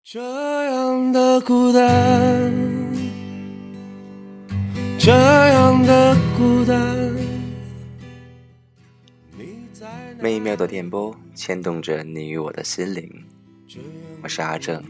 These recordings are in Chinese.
这样的孤单，这样的孤单。 每一秒的电波牵动着你与我的心灵，我是阿正。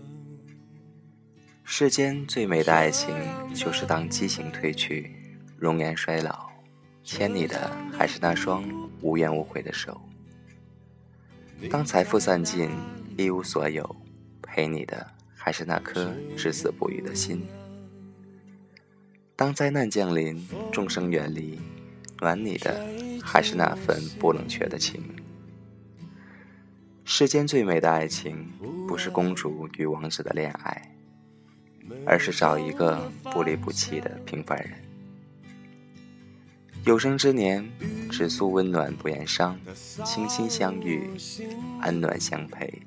世间最美的爱情，就是当激情褪去，容颜衰老，牵你的还是那双无怨无悔的手。当财富散尽，一无所有，陪你的还是那颗至死不渝的心。当灾难降临，众生远离，暖你的还是那份不冷却的情。世间最美的爱情，不是公主与王子的恋爱，而是找一个不离不弃的平凡人。有生之年，只诉温暖不言伤，倾心相遇，安暖相陪。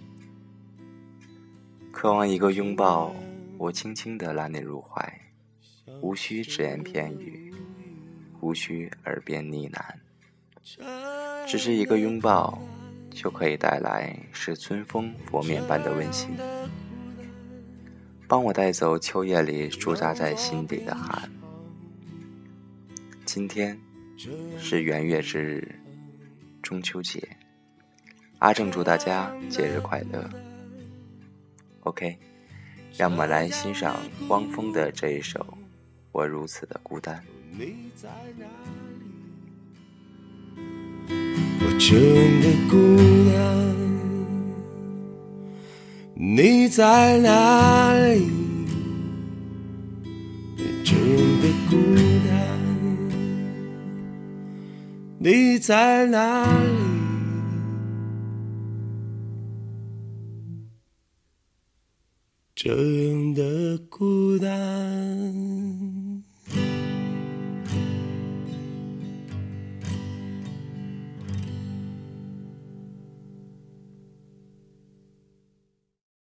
渴望一个拥抱，我轻轻地拉你入怀，无需只言片语，无需耳边呢喃，只是一个拥抱，就可以带来是春风拂面般的温馨，帮我带走秋夜里驻扎在心底的寒。今天是元月之日，中秋节，阿正祝大家节日快乐。OK， 让我们来欣赏汪峰的这一首《我如此的孤单》。 我真的孤单，你在哪里？你真的孤单，你在哪里？这样的孤单。